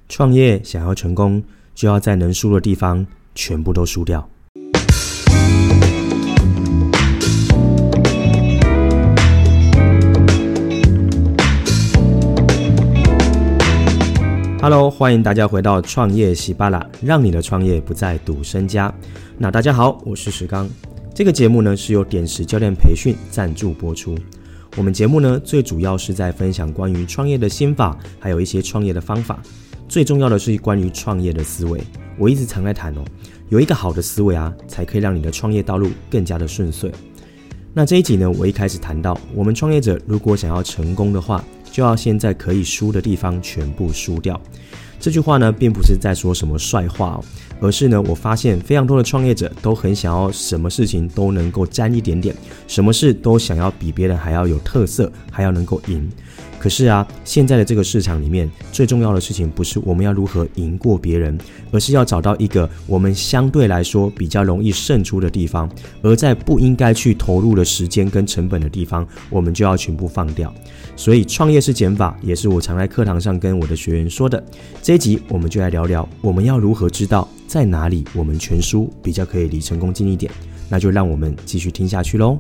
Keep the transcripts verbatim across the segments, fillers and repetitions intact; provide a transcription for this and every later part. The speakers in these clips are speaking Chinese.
创业想要成功，就要在能输的地方全部都输掉。Hello， 欢迎大家回到创业喜巴拉，让你的创业不再赌身家。那大家好，我是石刚。这个节目呢是由点石教练培训赞助播出。我们节目呢最主要是在分享关于创业的心法，还有一些创业的方法。最重要的是关于创业的思维。我一直常在谈哦，有一个好的思维啊，才可以让你的创业道路更加的顺遂。那这一集呢，我一开始谈到，我们创业者如果想要成功的话，就要先在可以输的地方全部输掉。这句话呢，并不是在说什么帅话哦，而是呢，我发现非常多的创业者都很想要什么事情都能够沾一点点，什么事都想要比别人还要有特色，还要能够赢。可是啊，现在的这个市场里面，最重要的事情不是我们要如何赢过别人，而是要找到一个我们相对来说比较容易胜出的地方，而在不应该去投入的时间跟成本的地方，我们就要全部放掉。所以创业是减法，也是我常在课堂上跟我的学员说的。这一集我们就来聊聊，我们要如何知道在哪里我们全输，比较可以离成功近一点。那就让我们继续听下去咯。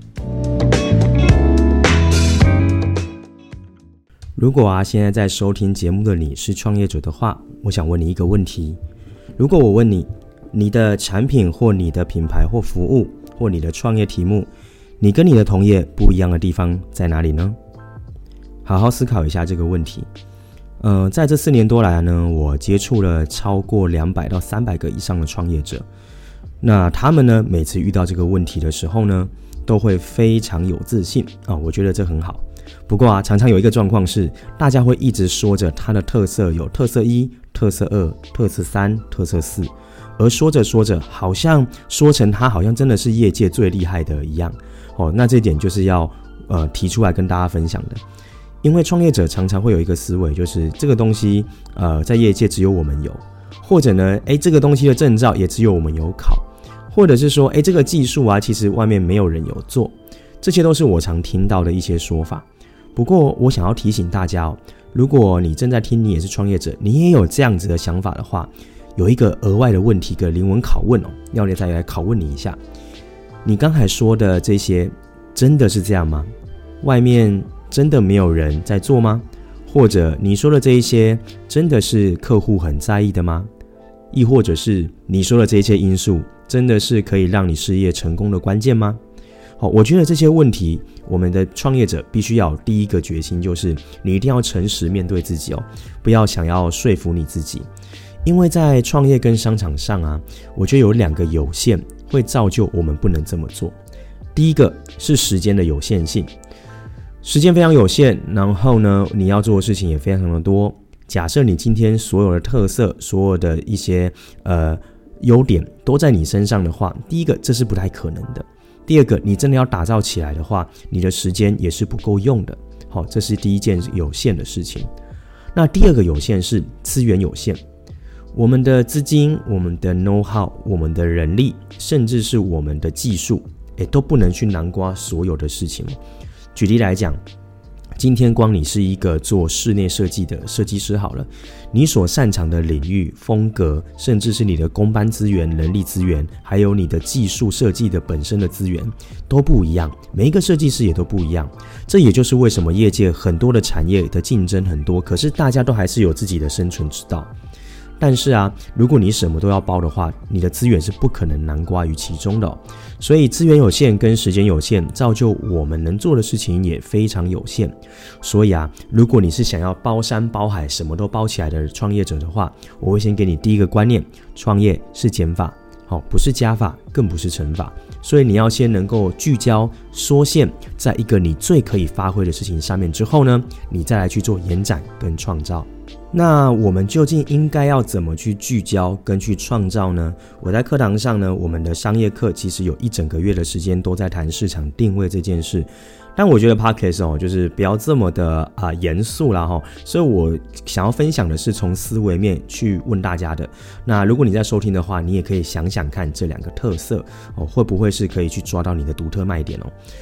如果啊，现在在收听节目的你是创业者的话，我想问你一个问题。如果我问你，你的产品或你的品牌或服务或你的创业题目，你跟你的同业不一样的地方在哪里呢？好好思考一下这个问题。呃，在这四年多来呢，我接触了超过两百到三百个以上的创业者。那他们呢，每次遇到这个问题的时候呢，都会非常有自信啊、哦，我觉得这很好。不过啊，常常有一个状况是，大家会一直说着它的特色有特色一、特色二、特色三、特色四，而说着说着，好像说成它好像真的是业界最厉害的一样。哦，那这点就是要呃提出来跟大家分享的。因为创业者常常会有一个思维，就是这个东西呃在业界只有我们有，或者呢，诶这个东西的证照也只有我们有考，或者是说，诶这个技术啊，其实外面没有人有做。这些都是我常听到的一些说法。不过我想要提醒大家哦，如果你正在听，你也是创业者，你也有这样子的想法的话，有一个额外的问题，个灵魂拷问哦，要你再来拷问你一下。你刚才说的这些真的是这样吗？外面真的没有人在做吗？或者你说的这一些真的是客户很在意的吗？亦或者是你说的这些因素真的是可以让你事业成功的关键吗？好，我觉得这些问题，我们的创业者必须要有第一个决心，就是你一定要诚实面对自己哦，不要想要说服你自己。因为在创业跟商场上啊，我觉得有两个有限会造就我们不能这么做。第一个是时间的有限性，时间非常有限，然后呢，你要做的事情也非常的多。假设你今天所有的特色，所有的一些呃优点都在你身上的话，第一个这是不太可能的。第二个，你真的要打造起来的话，你的时间也是不够用的。好，这是第一件有限的事情。那第二个有限是资源有限，我们的资金、我们的 know how、我们的人力，甚至是我们的技术，也都不能去囊括所有的事情。举例来讲，今天光你是一个做室内设计的设计师好了，你所擅长的领域、风格，甚至是你的工班资源、人力资源，还有你的技术设计的本身的资源都不一样，每一个设计师也都不一样。这也就是为什么业界很多的产业的竞争很多，可是大家都还是有自己的生存之道。但是啊，如果你什么都要包的话，你的资源是不可能囊括于其中的哦。所以资源有限跟时间有限，造就我们能做的事情也非常有限。所以啊，如果你是想要包山包海什么都包起来的创业者的话，我会先给你第一个观念，创业是减法，好，不是加法，更不是乘法。所以你要先能够聚焦缩限在一个你最可以发挥的事情上面之后呢，你再来去做延展跟创造。那我们究竟应该要怎么去聚焦跟去创造呢？我在课堂上呢，我们的商业课其实有一整个月的时间都在谈市场定位这件事。但我觉得 Podcast 哦，就是不要这么的啊、呃、严肃啦哈，所以我想要分享的是从思维面去问大家的。那如果你在收听的话，你也可以想想看这两个特色哦，会不会是可以去抓到你的独特卖点哦。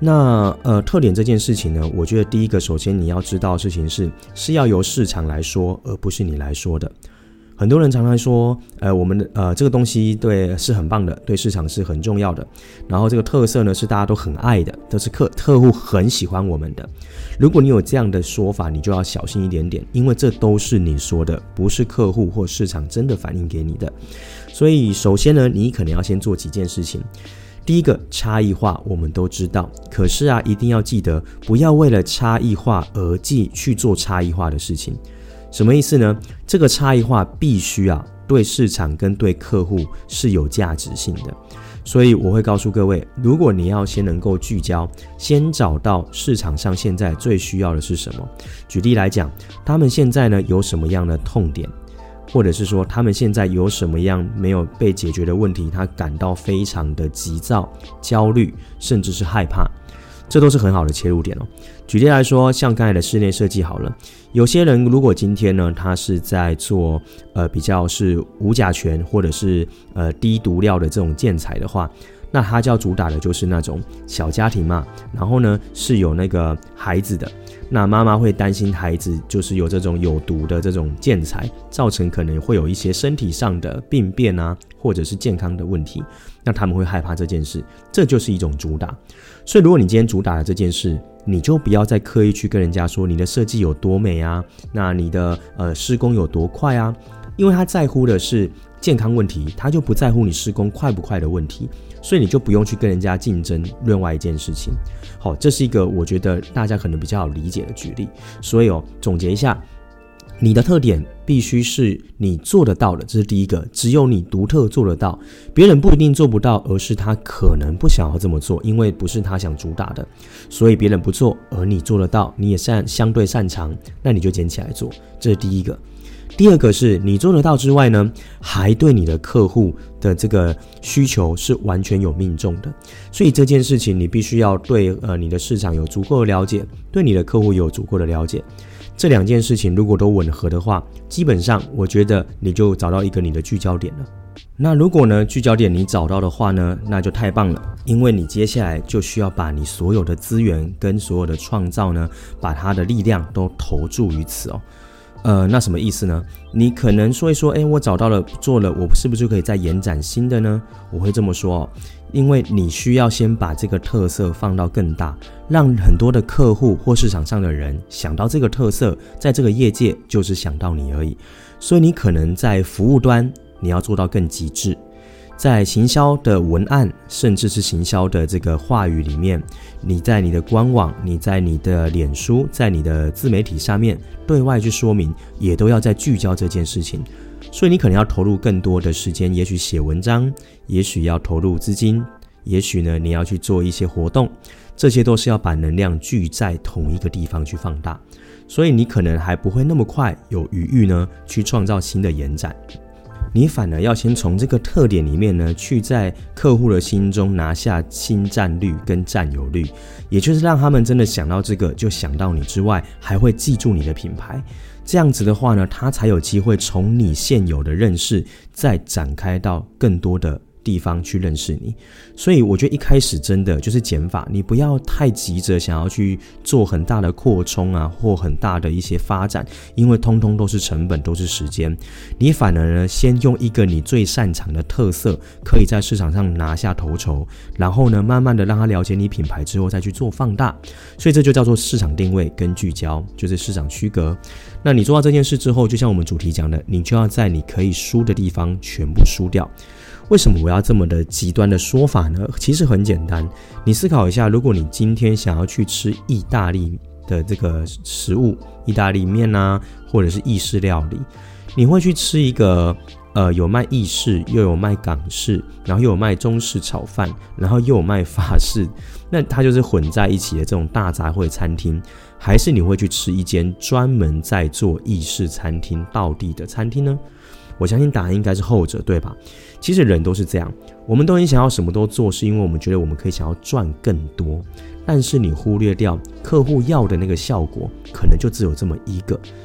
那呃，特点这件事情呢，我觉得第一个，首先你要知道的事情是，是要由市场来说，而不是你来说的。很多人常常说，呃，我们的呃这个东西对是很棒的，对市场是很重要的，然后这个特色呢是大家都很爱的，都是客客户很喜欢我们的。如果你有这样的说法，你就要小心一点点，因为这都是你说的，不是客户或市场真的反映给你的。所以首先呢，你可能要先做几件事情。第一个，差异化我们都知道，可是啊，一定要记得不要为了差异化而继去做差异化的事情。什么意思呢？这个差异化必须啊对市场跟对客户是有价值性的。所以我会告诉各位，如果你要先能够聚焦，先找到市场上现在最需要的是什么。举例来讲，他们现在呢有什么样的痛点，或者是说他们现在有什么样没有被解决的问题，他感到非常的急躁、焦虑，甚至是害怕，这都是很好的切入点哦。举例来说，像刚才的室内设计好了，有些人如果今天呢，他是在做呃比较是无甲醛或者是呃低毒料的这种建材的话，那他就要主打的就是那种小家庭嘛，然后呢是有那个孩子的，那妈妈会担心孩子就是有这种有毒的这种建材，造成可能会有一些身体上的病变啊，或者是健康的问题，那他们会害怕这件事，这就是一种主打。所以如果你今天主打的这件事，你就不要再刻意去跟人家说你的设计有多美啊，那你的呃施工有多快啊，因为他在乎的是健康问题，他就不在乎你施工快不快的问题，所以你就不用去跟人家竞争另外一件事情。好，这是一个我觉得大家可能比较好理解的举例。所以哦，总结一下，你的特点必须是你做得到的，这是第一个，只有你独特做得到，别人不一定做不到，而是他可能不想要这么做，因为不是他想主打的，所以别人不做，而你做得到，你也擅相对擅长，那你就捡起来做，这是第一个。第二个是你做得到之外呢，还对你的客户的这个需求是完全有命中的，所以这件事情你必须要对呃你的市场有足够的了解，对你的客户有足够的了解。这两件事情如果都吻合的话，基本上我觉得你就找到一个你的聚焦点了。那如果呢聚焦点你找到的话呢，那就太棒了，因为你接下来就需要把你所有的资源跟所有的创造呢，把它的力量都投注于此哦。呃，那什么意思呢？你可能说一说，诶，我找到了，做了，我是不是就可以再延展新的呢？我会这么说哦，因为你需要先把这个特色放到更大，让很多的客户或市场上的人想到这个特色，在这个业界就是想到你而已。所以你可能在服务端你要做到更极致，在行销的文案甚至是行销的这个话语里面，你在你的官网，你在你的脸书，在你的自媒体上面对外去说明，也都要在聚焦这件事情。所以你可能要投入更多的时间，也许写文章，也许要投入资金，也许呢你要去做一些活动，这些都是要把能量聚在同一个地方去放大，所以你可能还不会那么快有余裕呢去创造新的延展，你反而要先从这个特点里面呢，去在客户的心中拿下新占率跟占有率，也就是让他们真的想到这个就想到你之外，还会记住你的品牌。这样子的话呢，他才有机会从你现有的认识再展开到更多的地方去认识你。所以我觉得一开始真的就是减法，你不要太急着想要去做很大的扩充啊，或很大的一些发展，因为通通都是成本，都是时间。你反而呢，先用一个你最擅长的特色，可以在市场上拿下头筹，然后呢，慢慢的让他了解你品牌之后，再去做放大。所以这就叫做市场定位跟聚焦，就是市场区隔。那你做到这件事之后，就像我们主题讲的，你就要在你可以输的地方全部输掉。为什么我要这么的极端的说法呢？其实很简单，你思考一下，如果你今天想要去吃意大利的这个食物，意大利面啊，或者是意式料理，你会去吃一个呃有卖意式又有卖港式，然后又有卖中式炒饭，然后又有卖法式，那它就是混在一起的这种大杂烩餐厅，还是你会去吃一间专门在做意式餐厅道地的餐厅呢？我相信答案应该是后者，对吧？其实人都是这样，我们都很想要什么都做，是因为我们觉得我们可以想要赚更多，但是你忽略掉客户要的那个效果，可能就只有这么一个。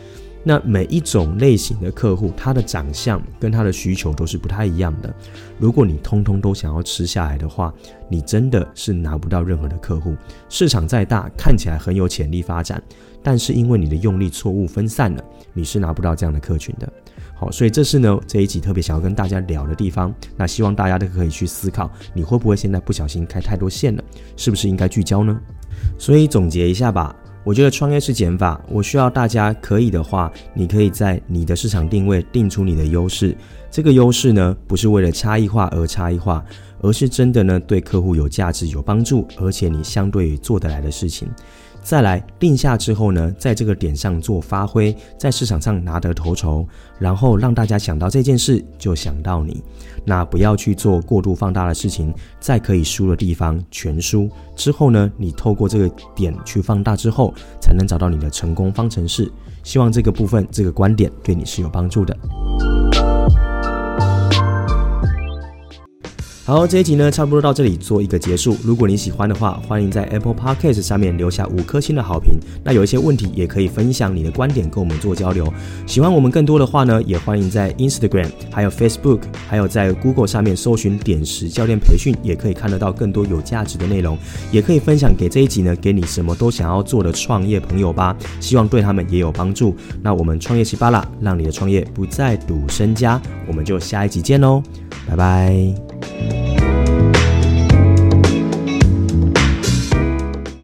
那每一种类型的客户，他的长相跟他的需求都是不太一样的。如果你通通都想要吃下来的话，你真的是拿不到任何的客户。市场再大，看起来很有潜力发展，但是因为你的用力错误分散了，你是拿不到这样的客群的。好，所以这是呢这一集特别想要跟大家聊的地方。那希望大家都可以去思考，你会不会现在不小心开太多线了，是不是应该聚焦呢？所以总结一下吧，我觉得创业是减法，我需要大家可以的话，你可以在你的市场定位定出你的优势。这个优势呢，不是为了差异化而差异化，而是真的呢对客户有价值、有帮助，而且你相对于做得来的事情。再来定下之后呢，在这个点上做发挥，在市场上拿得头筹，然后让大家想到这件事就想到你。那不要去做过度放大的事情，在可以输的地方全输之后呢，你透过这个点去放大之后，才能找到你的成功方程式。希望这个部分这个观点对你是有帮助的。好，这一集呢差不多到这里做一个结束。如果你喜欢的话，欢迎在 Apple Podcast 上面留下五颗星的好评。那有一些问题也可以分享你的观点跟我们做交流。喜欢我们更多的话呢，也欢迎在 Instagram 还有 Facebook 还有在 Google 上面搜寻点石教练培训，也可以看得到更多有价值的内容，也可以分享给这一集呢给你什么都想要做的创业朋友吧，希望对他们也有帮助。那我们创业西巴拉，让你的创业不再赌身家，我们就下一集见咯，拜拜。